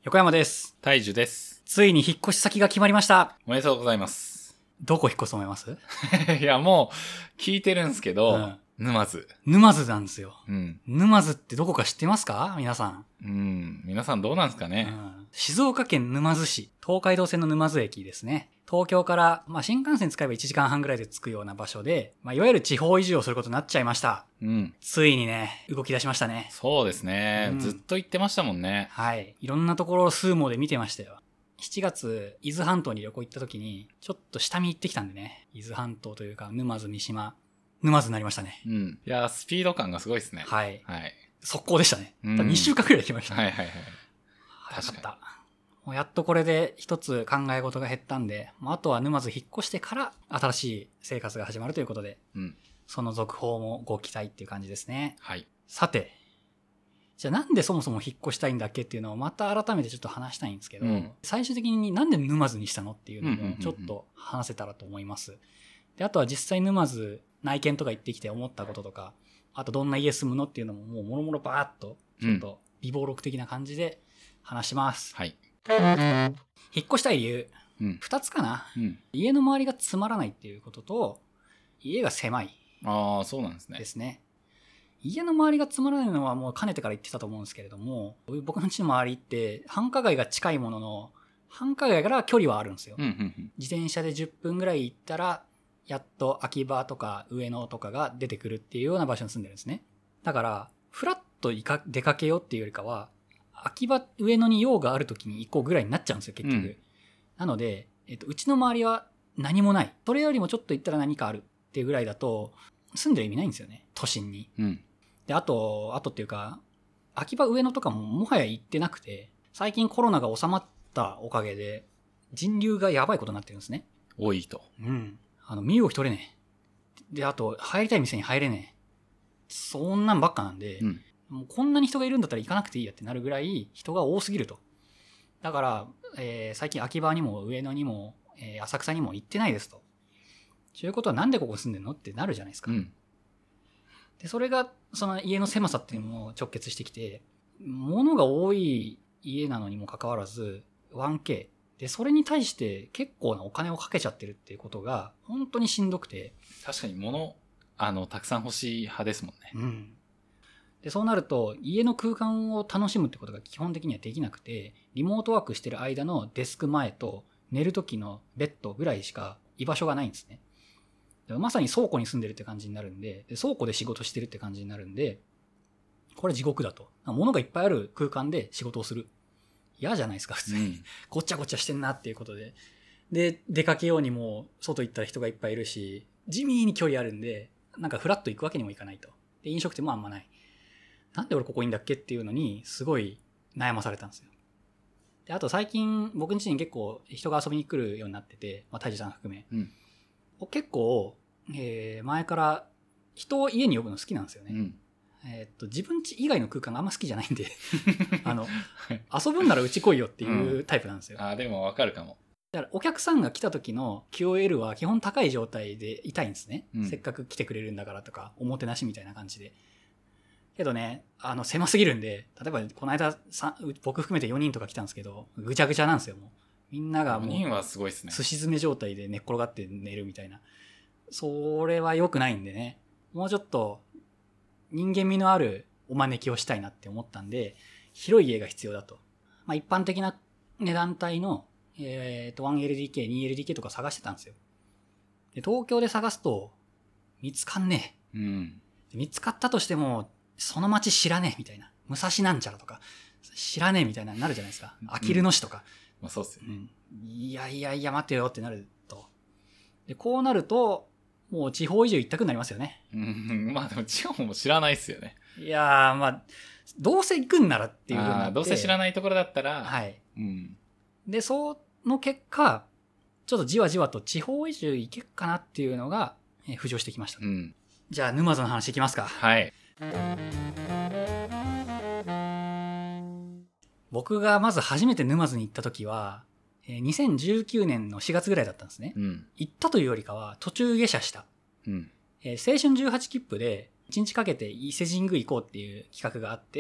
横山です。 大樹です。 ついに引っ越し先が決まりました。 おめでとうございます。 どこ引っ越すと思います？ いや、もう、聞いてるんですけど、沼津。 沼津なんですよ。 うん。 沼津ってどこか知ってますか皆さん。 皆さんどうなんですかね。 静岡県沼津市、東海道線の沼津駅ですね。東京から、新幹線使えば1時間半ぐらいで着くような場所で、いわゆる地方移住をすることになっちゃいました。ついにね、動き出しましたね。 そうですね。ずっと言ってましたもんね。 はい。いろんなところをスーモで見てましたよ。7月、伊豆半島に旅行行った時に、ちょっと下見行ってきたんでね。伊豆半島というか、沼津、三島、沼津になりましたね。 いや、スピード感がすごいですね。 はい。速攻でしたね。2週間くらいで来ました。 はい。 早かった。もうやっとこれで一つ考え事が減ったんで、あとは沼津引っ越してから新しい生活が始まるということで、その続報もご期待っていう感じですね。 はい。 さて、じゃあなんでそもそも引っ越したいんだっけっていうのをまた改めてちょっと話したいんですけど、最終的になんで沼津にしたのっていうのもちょっと話せたらと思います。で、あとは実際沼津内見とか行ってきて思ったこととか、あとどんな家住むのっていうのももうもろもろバーっとちょっと微暴録的な感じで話します。 はい。 引っ越したい理由、2つかな、家の周りがつまらないっていうことと、家が狭い。 ああ、そうなんですね。 ですね。家の周りがつまらないのはもうかねてから言ってたと思うんですけれども、僕の家の周りって繁華街が近いものの、繁華街から距離はあるんですよ。自転車で10分ぐらい行ったら、やっと秋葉とか上野とかが出てくるっていうような場所に住んでるんですね。だから、フラッと出かけようっていうよりかは、秋葉上野に用がある時に行こうぐらいになっちゃうんですよ、結局。なので、うちの周りは何もない。それよりもちょっと行ったら何かあるっていうぐらいだと、住んでる意味ないんですよね、都心に。で、あとっていうか、秋葉上野とかももはや行ってなくて、最近コロナが収まったおかげで、人流がやばいことになってるんですね。 多いと。 身動き取れねえ。で、あと、入りたい店に入れねえ。そんなんばっかなんで、もうこんなに人がいるんだったら行かなくていいやってなるぐらい人が多すぎると。だから、最近秋葉にも上野にも、浅草にも行ってないですと。ということはなんでここ住んでんのってなるじゃないですか。で、それが、その家の狭さっていうのも直結してきて、物が多い家なのにもかかわらず、1K。で、それに対して結構なお金をかけちゃってるっていうことが、本当にしんどくて。 確かに物、たくさん欲しい派ですもんね。 で、そうなると、家の空間を楽しむってことが基本的にはできなくて、リモートワークしてる間のデスク前と寝る時のベッドぐらいしか居場所がないんですね。まさに倉庫に住んでるって感じになるんで、倉庫で仕事してるって感じになるんで、これ地獄だと。物がいっぱいある空間で仕事をする。嫌じゃないですか、普通に。ごっちゃごちゃしてんなっていうことで。で、出かけようにも外行ったら人がいっぱいいるし、地味に距離あるんで、なんかフラッと行くわけにもいかないと。で、飲食店もあんまない。なんで俺ここいいんだっけっていうのにすごい悩まされたんですよ。で、あと最近僕ん家に結構人が遊びに来るようになってて、大樹さん含め。結構、前から人を家に呼ぶの好きなんですよね。自分家以外の空間があんま好きじゃないんで遊ぶんならうち来いよっていうタイプなんですよ。 でもわかるかも。 だからお客さんが来た時の QOL は基本高い状態でいたいんですね。せっかく来てくれるんだからとか、おもてなしみたいな感じで。けどね、狭すぎるんで、例えばこの間僕含めて4人とか来たんですけど、ぐちゃぐちゃなんですよ、もう。みんながもう、 4人はすごいですね。 すし詰め状態で寝っ転がって寝るみたいな。それは良くないんでね、もうちょっと人間味のあるお招きをしたいなって思ったんで、広い家が必要だと。一般的な値段帯の、1LDK、2LDK とか探してたんですよ。で、東京で探すと、見つかんねえ。見つかったとしても、その街知らねえみたいな。武蔵なんちゃらとか、知らねえみたいなになるじゃないですか。あきる野市とか。 そうっすよね。 いや、待てよってなると。で、こうなると、もう地方移住一択になりますよね。 でも地方も知らないっすよね。 いやー、どうせ行くんならっていう風になって。 どうせ知らないところだったら。 はい。で、その結果、ちょっとじわじわと地方移住行けっかなっていうのが浮上してきました。じゃあ沼津の話いきますか。 はい。 僕がまず初めて沼津に行った時は、2019年の4月ぐらいだったんですね。行ったというよりかは途中下車した。青春18切符で1日かけて伊勢神宮行こうっていう企画があって、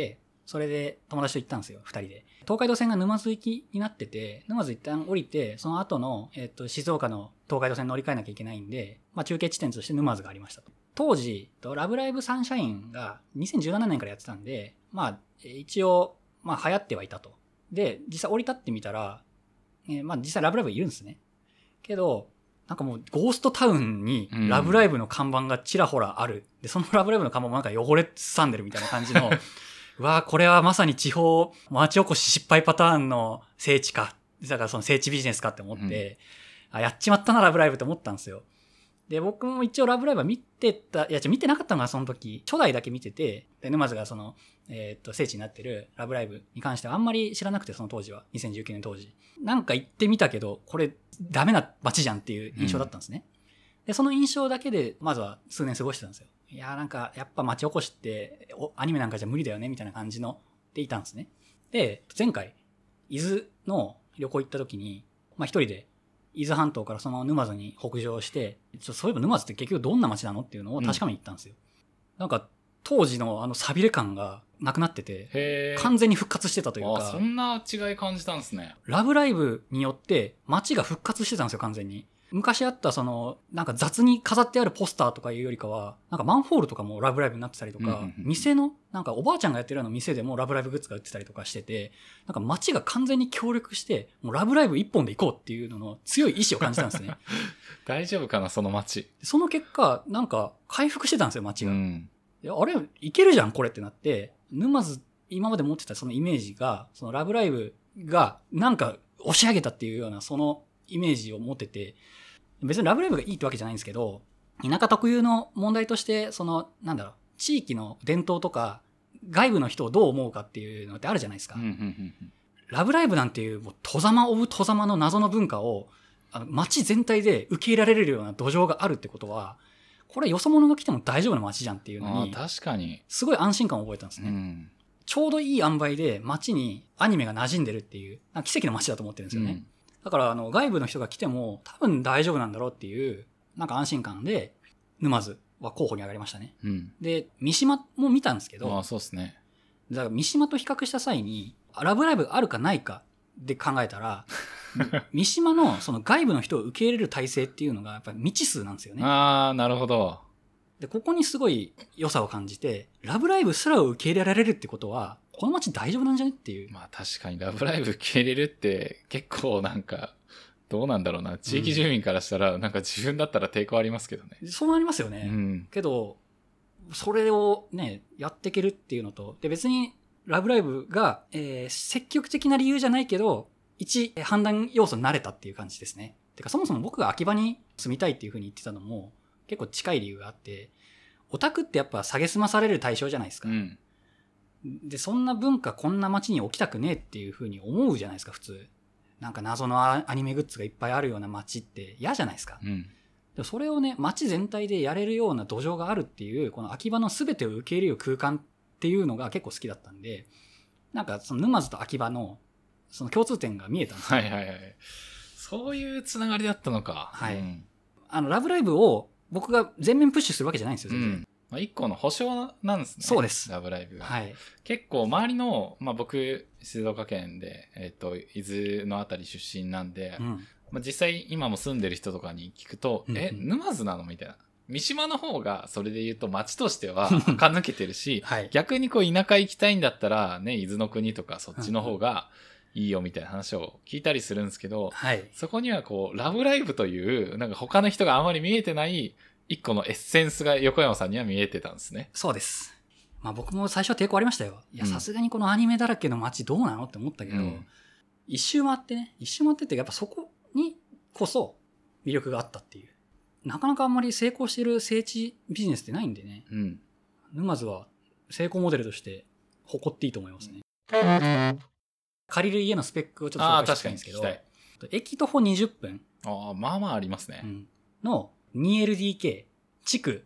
それで友達と行ったんですよ、2人で。東海道線が沼津行きになってて、沼津一旦降りて、その後の、静岡の東海道線乗り換えなきゃいけないんで、中継地点として沼津がありましたと。当時、ラブライブサンシャインが2017年からやってたんで、一応、流行ってはいたと。で、実際降り立ってみたら、実際ラブライブいるんですね。けど、なんかもうゴーストタウンにラブライブの看板がちらほらある。で、そのラブライブの看板もなんか汚れすさんでるみたいな感じの、うわーこれはまさに地方町おこし失敗パターンの聖地か。だからその聖地ビジネスかって思って、やっちまったなラブライブって思ったんですよ。で、僕も一応ラブライブは見てなかったのがその時、初代だけ見てて、で、沼津がその、聖地になってるラブライブに関してはあんまり知らなくて、その当時は。2019年当時。なんか行ってみたけど、これダメな街じゃんっていう印象だったんですね。で、その印象だけで、まずは数年過ごしてたんですよ。いやーなんか、やっぱ町おこしって、アニメなんかじゃ無理だよね、みたいな感じの、っていたんですね。で、前回、伊豆の旅行行った時に、一人で、伊豆半島からその沼津に北上して、そういえば沼津って結局どんな街なのっていうのを確かめに行ったんですよ。なんか、当時の寂れ感がなくなってて、完全に復活してたというか。 そんな違い感じたんですね。 ラブライブによって街が復活してたんですよ、完全に。昔あったなんか雑に飾ってあるポスターとかいうよりかは、なんかマンホールとかもラブライブになってたりとか、店の、なんかおばあちゃんがやってるような店でもラブライブグッズが売ってたりとかしてて、なんか街が完全に協力して、もうラブライブ一本で行こうっていうのの強い意志を感じたんですね。 大丈夫かな、その街。 その結果、なんか回復してたんですよ、街が。あれ、いけるじゃん、これってなって、沼津、今まで持ってたそのイメージが、そのラブライブがなんか押し上げたっていうようなそのイメージを持ってて、別にラブライブがいいってわけじゃないんですけど、田舎特有の問題として、地域の伝統とか、外部の人をどう思うかっていうのってあるじゃないですか。ラブライブなんていう、もう、戸様オブ戸様の謎の文化を、街全体で受け入れられるような土壌があるってことは、これよそ者が来ても大丈夫な街じゃんっていうのに、 確かに。 すごい安心感を覚えたんですね。ちょうどいい塩梅で街にアニメが馴染んでるっていう、奇跡の街だと思ってるんですよね。だから外部の人が来ても多分大丈夫なんだろうっていうなんか安心感で沼津は候補に上がりましたね。で三島も見たんですけど、 そうですね。 だから三島と比較した際にラブライブがあるかないかで考えたら三島のその外部の人を受け入れる体制っていうのがやっぱり未知数なんですよね。 なるほど。 でここにすごい良さを感じて、ラブライブすらを受け入れられるってことはこの街大丈夫なんじゃねっていう。 確かにラブライブ受け入れるって結構なんかどうなんだろうな。地域住民からしたらなんか自分だったら抵抗ありますけどね。 そうなりますよね。けどそれをねやっていけるっていうのと、で別にラブライブが、積極的な理由じゃないけど一判断要素になれたっていう感じですね。てかそもそも僕が秋葉に住みたいっていう風に言ってたのも結構近い理由があって、オタクってやっぱ蔑まされる対象じゃないですか。で、そんな文化こんな街に置きたくねえっていう風に思うじゃないですか、普通。なんか謎のアニメグッズがいっぱいあるような街って嫌じゃないですか。でそれをね、街全体でやれるような土壌があるっていう、この秋葉の全てを受け入れる空間っていうのが結構好きだったんで、なんかその沼津と秋葉のその共通点が見えたんですよ。 そういうつながりだったのか。 ラブライブを僕が全面プッシュするわけじゃないんですよ、全然。 一個の保証なんですね。 そうです。 ラブライブが。結構周りの、僕、静岡県で、伊豆のあたり出身なんで、実際今も住んでる人とかに聞くと、沼津なのみたいな。三島の方が、それで言うと町としては垢抜けてるし、逆にこう田舎行きたいんだったら、ね、伊豆の国とかそっちの方がいいよみたいな話を聞いたりするんですけど、そこにはこう、ラブライブという、なんか他の人があまり見えてない一個のエッセンスが横山さんには見えてたんですね。 そうです。僕も最初は抵抗ありましたよ。いや、さすがにこのアニメだらけの街どうなのって思ったけど、一周回ってってやっぱそこにこそ魅力があったっていう。なかなかあんまり成功してる聖地ビジネスってないんでね。沼津は成功モデルとして誇っていいと思いますね。借りる家のスペックをちょっと紹介したいんですけど、駅徒歩20分。 まあまあありますね。 の 2LDK、築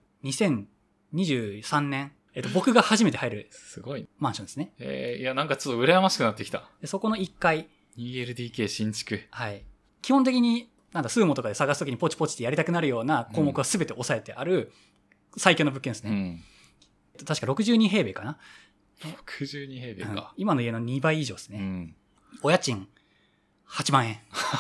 2023年。僕が初めて入るすごいマンションですね。 いや、なんかちょっと羨ましくなってきた。 でそこの1階。 2LDK 新築。 基本的に、スーモとかで探すときにポチポチってやりたくなるような項目は全て抑えてある最強の物件ですね。確か62平米かな。 62平米か。 今の家の2倍以上ですね。 うん。 お家賃、8万円。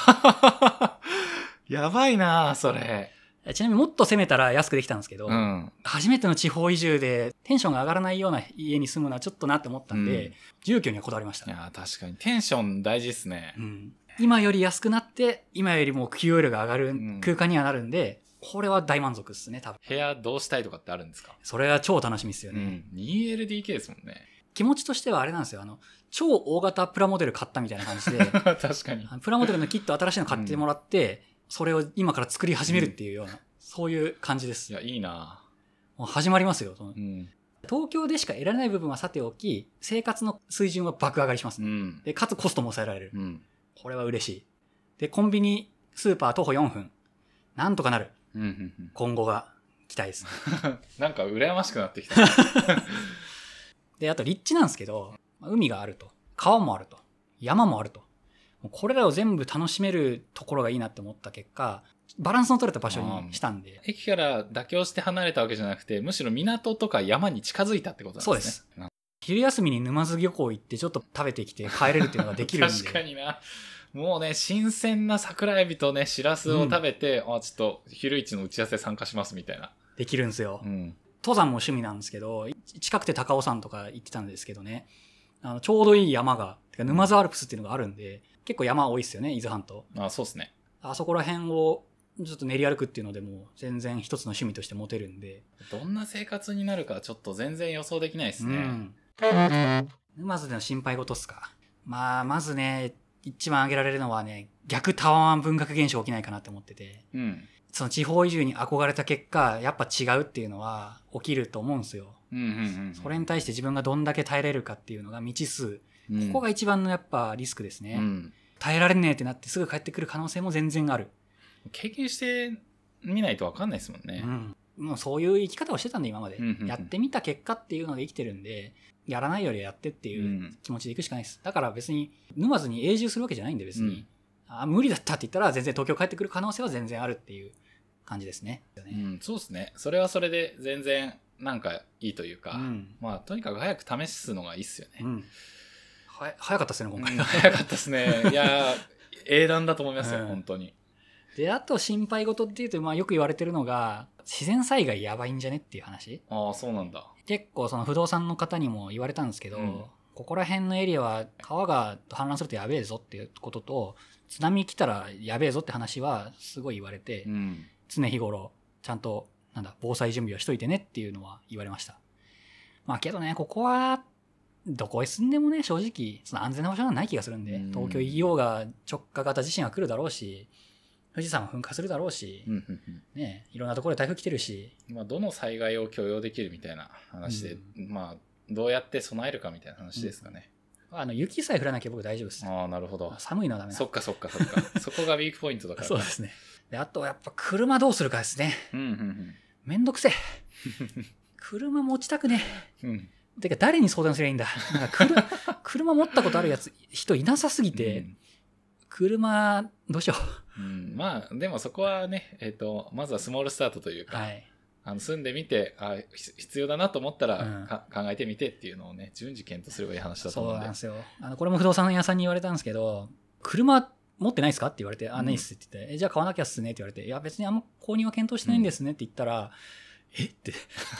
やばいなそれ。 ちなみにもっと攻めたら安くできたんですけど、 うん、 初めての地方移住でテンションが上がらないような家に住むのはちょっとなって思ったんで、住居にはこだわりました。 いや確かにテンション大事ですね。 今より安くなって、今よりも給与量が上がる空間にはなるんで、これは大満足ですね、多分。 部屋どうしたいとかってあるんですか？ それは超楽しみですよね。 2LDK ですもんね。 気持ちとしてはあれなんですよ。超大型プラモデル買ったみたいな感じで。 確かに。 プラモデルのキット新しいの買ってもらって、それを今から作り始めるっていうような、そういう感じです。 いや、いいなもう始まりますよ。東京でしか得られない部分はさておき、生活の水準は爆上がりしますね。で、かつコストも抑えられる。これは嬉しい。で、コンビニ、スーパー徒歩4分。なんとかなる。今後が期待です。 なんか羨ましくなってきた。 で、あと立地なんですけど、海があると。川もあると。山もあると。これらを全部楽しめるところがいいなって思った結果、バランスの取れた場所にしたんで。 駅から妥協して離れたわけじゃなくて、むしろ港とか山に近づいたってことなんですね。 そうです。昼休みに沼津漁港行ってちょっと食べてきて帰れるっていうのができるんで。 確かにな。もうね、新鮮な桜エビとね、シラスを食べて、ちょっと昼市の打ち合わせ参加しますみたいな。 できるんですよ。登山も趣味なんですけど、近くて高尾山とか行ってたんですけどね、ちょうどいい山が、沼津アルプスっていうのがあるんで、結構山多いですよね、伊豆半島。 そうですね。 あそこら辺をちょっと練り歩くっていうのでも全然一つの趣味として持てるんで。 どんな生活になるかちょっと全然予想できないですね。 沼津での心配事っすか。まずね、一番挙げられるのはね、逆タワマン文学現象起きないかなって思ってて。その地方移住に憧れた結果、やっぱ違うっていうのは起きると思うんですよ。それに対して自分がどんだけ耐えれるかっていうのが未知数。ここが一番のやっぱリスクですね。耐えられねえってなってすぐ帰ってくる可能性も全然ある。 経験してみないと分かんないですもんね。 もうそういう生き方をしてたんで今まで。やってみた結果っていうので生きてるんで、やらないよりやってっていう気持ちでいくしかないです。だから別に沼津に永住するわけじゃないんで別に。無理だったって言ったら全然東京帰ってくる可能性は全然あるっていう感じですね。 そうですね。それはそれで全然なんかいいというか、とにかく早く試すのがいいっすよね。 早かったですね、今回。 早かったですね。いや英断だと思いますよ、本当に。 で、あと心配事っていうと、よく言われてるのが、自然災害やばいんじゃねっていう話。 そうなんだ。 結構その不動産の方にも言われたんですけど、ここら辺のエリアは川が氾濫するとやべえぞっていうことと、津波来たらやべえぞって話はすごい言われて、常日頃、ちゃんと、防災準備をしといてねっていうのは言われました。けどね、ここは、どこへ住んでもね、正直、その安全な場所はない気がするんで、東京行こうが直下型地震は来るだろうし、富士山は噴火するだろうし、ね、いろんなところで台風来てるし。 どの災害を許容できるみたいな話で、どうやって備えるかみたいな話ですかね。 雪さえ降らなきゃ僕大丈夫です。 なるほど。 寒いのはダメな。 そっか。そこがウィークポイントだから。 そうですね。で、あとやっぱ車どうするかですね。めんどくせえ。車持ちたくねえ。てか誰に相談すればいいんだ。車持ったことある人いなさすぎて、車どうしよう。でもそこはね、まずはスモールスタートというか、住んでみて必要だなと思ったら、考えてみてっていうのをね、順次検討すればいい話だと思うんで。 そうなんですよ。これも不動産屋さんに言われたんですけど、車持ってないですかって言われて、ないっすって言って、じゃあ買わなきゃっすねって言われて、いや別にあんま購入は検討してないんですねって言ったら、って。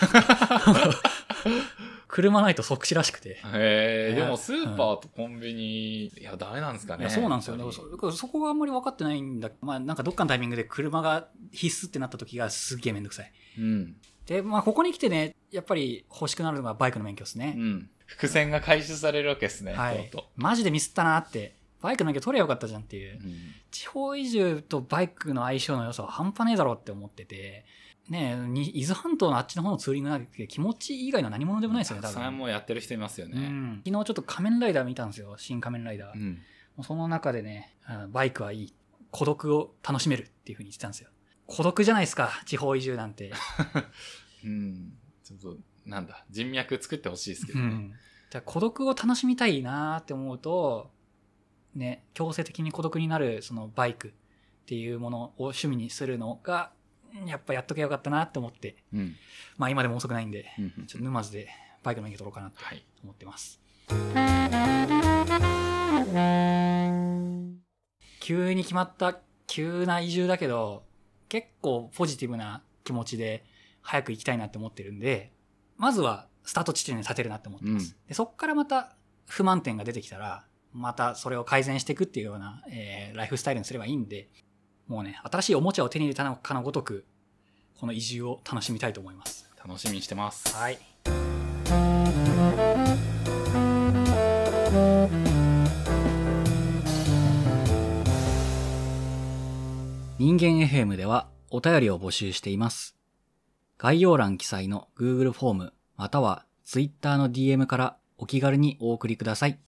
車ないと即死らしくて。 でもスーパーとコンビニ、いや、ダメなんですかね。 そうなんですよ。だからそこがあんまり分かってないんだ。なんかどっかのタイミングで車が必須ってなった時がすっげえめんどくさい。で、ここに来てね、やっぱり欲しくなるのがバイクの免許ですね。 伏線が回収されるわけですね。 マジでミスったなって。バイクの免許取ればよかったじゃんっていう。地方移住とバイクの相性の良さは半端ねえだろうって思ってて。ねえ、伊豆半島のあっちの方のツーリングなんて気持ち以外の何物でもないですよね、多分。 それもやってる人いますよね。 昨日ちょっと仮面ライダー見たんですよ、新仮面ライダー。もうその中でね、バイクはいい。孤独を楽しめるっていう風に言ってたんですよ。孤独じゃないですか、地方移住なんて。 ちょっと、人脈作ってほしいですけどね。 じゃあ孤独を楽しみたいなって思うと、ね、強制的に孤独になるそのバイクっていうものを趣味にするのが、やっぱやっとけばよかったなって思って、今でも遅くないんで、ちょっと沼津でバイクの免許取ろうかなと思ってます。急に決まった急な移住だけど、結構ポジティブな気持ちで早く行きたいなって思ってるんで、まずはスタート地点に立てるなって思ってます。でそっからまた不満点が出てきたら、またそれを改善していくっていうような、ライフスタイルにすればいいんで、もうね、新しいおもちゃを手に入れたのかのごとく、この移住を楽しみたいと思います。 楽しみにしてます。 はい。人間 FM ではお便りを募集しています。概要欄記載の Google フォームまたは Twitter の DM からお気軽にお送りください。